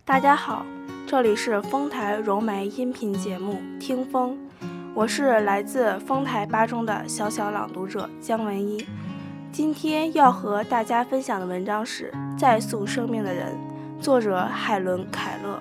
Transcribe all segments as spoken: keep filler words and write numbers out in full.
大家好，这里是丰台融媒音频节目听风，我是来自丰台八中的小小朗读者姜文一。今天要和大家分享的文章是《再塑生命的人》，作者海伦·凯勒。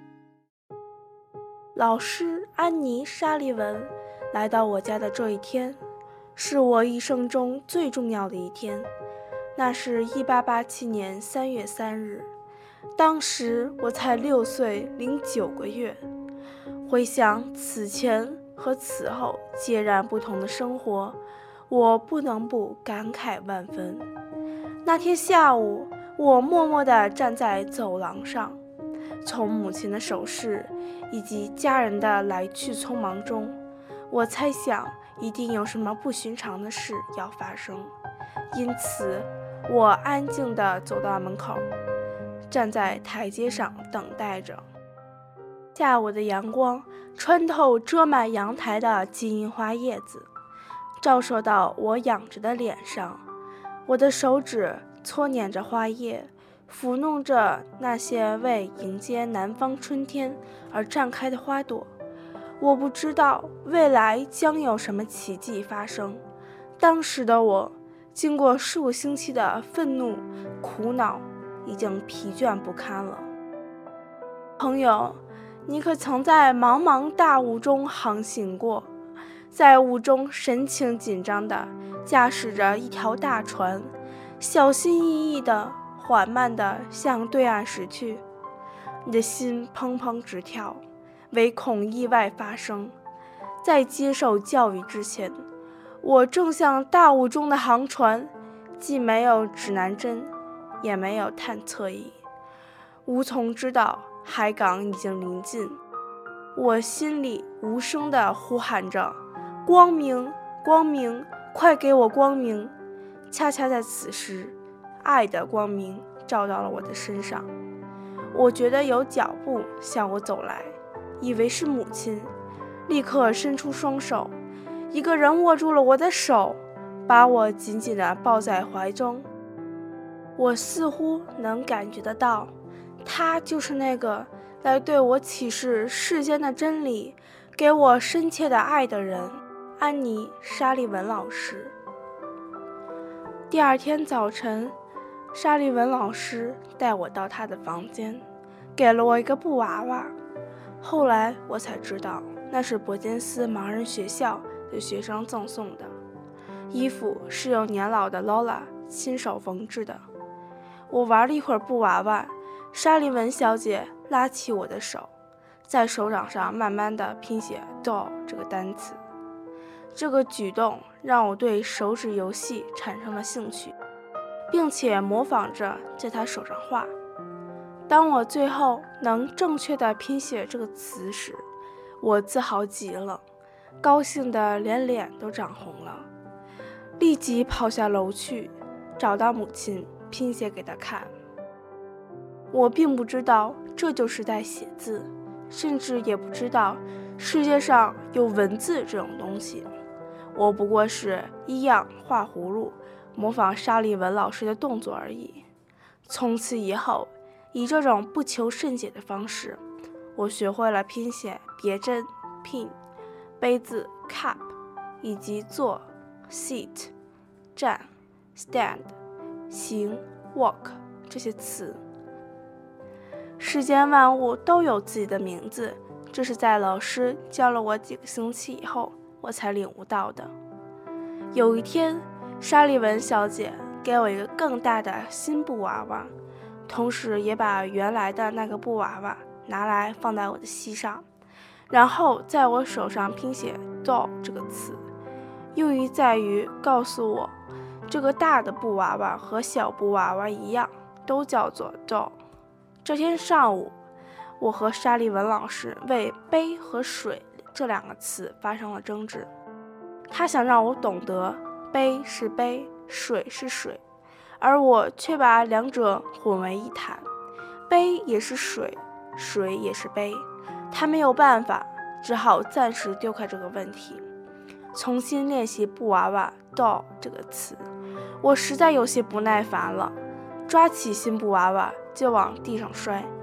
老师安妮·沙利文来到我家的这一天，是我一生中最重要的一天。那是一八八七年三月三日，当时我才六岁零九个月。回想此前和此后截然不同的生活，我不能不感慨万分。那天下午，我默默地站在走廊上，从母亲的手势以及家人的来去匆忙中，我猜想一定有什么不寻常的事要发生，因此我安静地走到门口，站在台阶上等待着。下午的阳光穿透遮满阳台的金银花叶子，照射到我仰着的脸上。我的手指搓捻着花叶，抚弄着那些为迎接南方春天而绽开的花朵。我不知道未来将有什么奇迹发生。当时的我经过数星期的愤怒、苦恼，已经疲倦不堪了。朋友，你可曾在茫茫大雾中航行过？在雾中神情紧张地驾驶着一条大船，小心翼翼地、缓慢地向对岸驶去。你的心砰砰直跳，唯恐意外发生。在接受教育之前，我正像大雾中的航船，既没有指南针，也没有探测仪，无从知道海港已经临近。我心里无声地呼喊着：光明，光明，快给我光明！恰恰在此时，爱的光明照到了我的身上。我觉得有脚步向我走来，以为是母亲，立刻伸出双手，一个人握住了我的手，把我紧紧地抱在怀中。我似乎能感觉得到，他就是那个来对我启示世间的真理，给我深切的爱的人，安妮·沙利文老师。第二天早晨，沙利文老师带我到他的房间，给了我一个布娃娃。后来我才知道，那是伯金斯盲人学校对学生赠送的，衣服是由年老的 Lola 亲手缝制的。我玩了一会儿布娃娃，沙利文小姐拉起我的手，在手掌上慢慢地拼写 doll 这个单词。这个举动让我对手指游戏产生了兴趣，并且模仿着在她手上画。当我最后能正确地拼写这个词时，我自豪极了，高兴得连脸都涨红了，立即跑下楼去，找到母亲，拼写给她看。我并不知道这就是在写字，甚至也不知道世界上有文字这种东西。我不过是一样画葫芦，模仿沙利文老师的动作而已。从此以后，以这种不求甚解的方式，我学会了拼写别针 pin、杯子 cup 以及坐 seat、站 stand、行 walk 这些词。世间万物都有自己的名字，这是在老师教了我几个星期以后，我才领悟到的。有一天，沙利文小姐给我一个更大的新布娃娃，同时也把原来的那个布娃娃拿来放在我的膝上，然后在我手上拼写 doll 这个词，用意在于告诉我，这个大的布娃娃和小布娃娃一样，都叫做 doll。这天上午，我和沙利文老师为杯和水这两个词发生了争执。他想让我懂得杯是杯，水是水，而我却把两者混为一谈，杯也是水，水也是杯。他没有办法，只好暂时丢开这个问题，重新练习布娃娃 doll 这个词。我实在有些不耐烦了，抓起新布娃娃就往地上摔，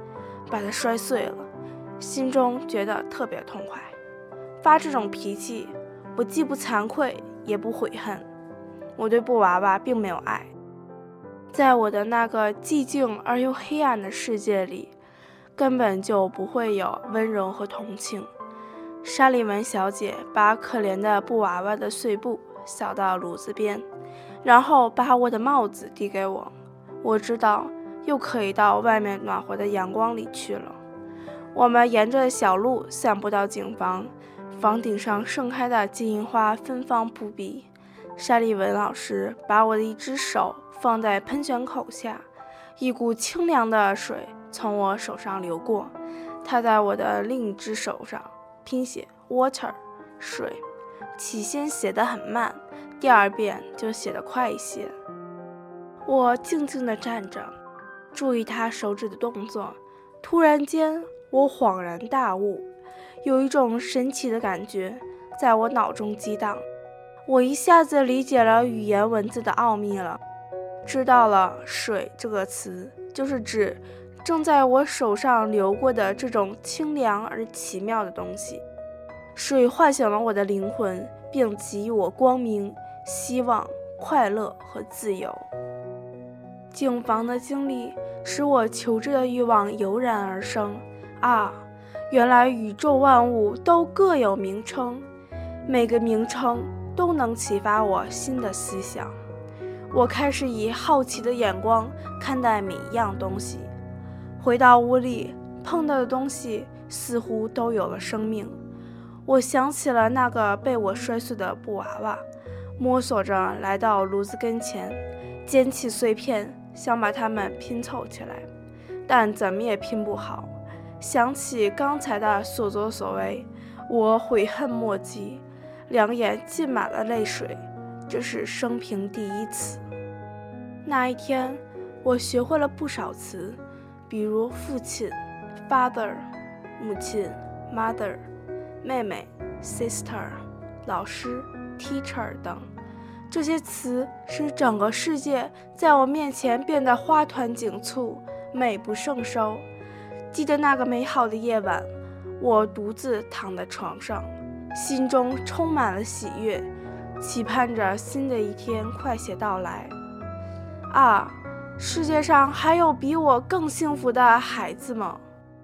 把它摔碎了，心中觉得特别痛快。发这种脾气，我既不惭愧也不悔恨。我对布娃娃并没有爱，在我的那个寂静而又黑暗的世界里，根本就不会有温柔和同情。沙利文小姐把可怜的布娃娃的碎布扫到炉子边，然后把我的帽子递给我。我知道又可以到外面暖和的阳光里去了。我们沿着小路散步到警房，房顶上盛开的金银花芬芳扑鼻。沙利文老师把我的一只手放在喷泉口下，一股清凉的水从我手上流过。他在我的另一只手上拼写 water 水，起先写得很慢，第二遍就写得快一些。我静静地站着，注意他手指的动作。突然间，我恍然大悟，有一种神奇的感觉在我脑中激荡。我一下子理解了语言文字的奥秘了，知道了水这个词就是指正在我手上流过的这种清凉而奇妙的东西。水唤醒了我的灵魂，并给予我光明、希望、快乐和自由。警房的经历使我求知的欲望油然而生。啊，原来宇宙万物都各有名称，每个名称都能启发我新的思想。我开始以好奇的眼光看待每一样东西。回到屋里，碰到的东西似乎都有了生命。我想起了那个被我摔碎的布娃娃，摸索着来到炉子跟前，捡起碎片，想把它们拼凑起来，但怎么也拼不好。想起刚才的所作所为，我悔恨莫及，两眼浸满了泪水，这是生平第一次。那一天，我学会了不少词，比如父亲 father、母亲 mother、妹妹 sister、老师 teacher 等。这些词使整个世界在我面前变得花团锦簇，美不胜收。记得那个美好的夜晚，我独自躺在床上，心中充满了喜悦，期盼着新的一天快些到来。啊，世界上还有比我更幸福的孩子吗？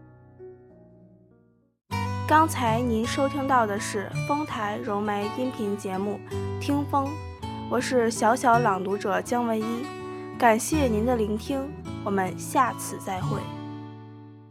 刚才您收听到的是丰台柔媒音频节目《听风》，我是小小朗读者姜文一，感谢您的聆听，我们下次再会。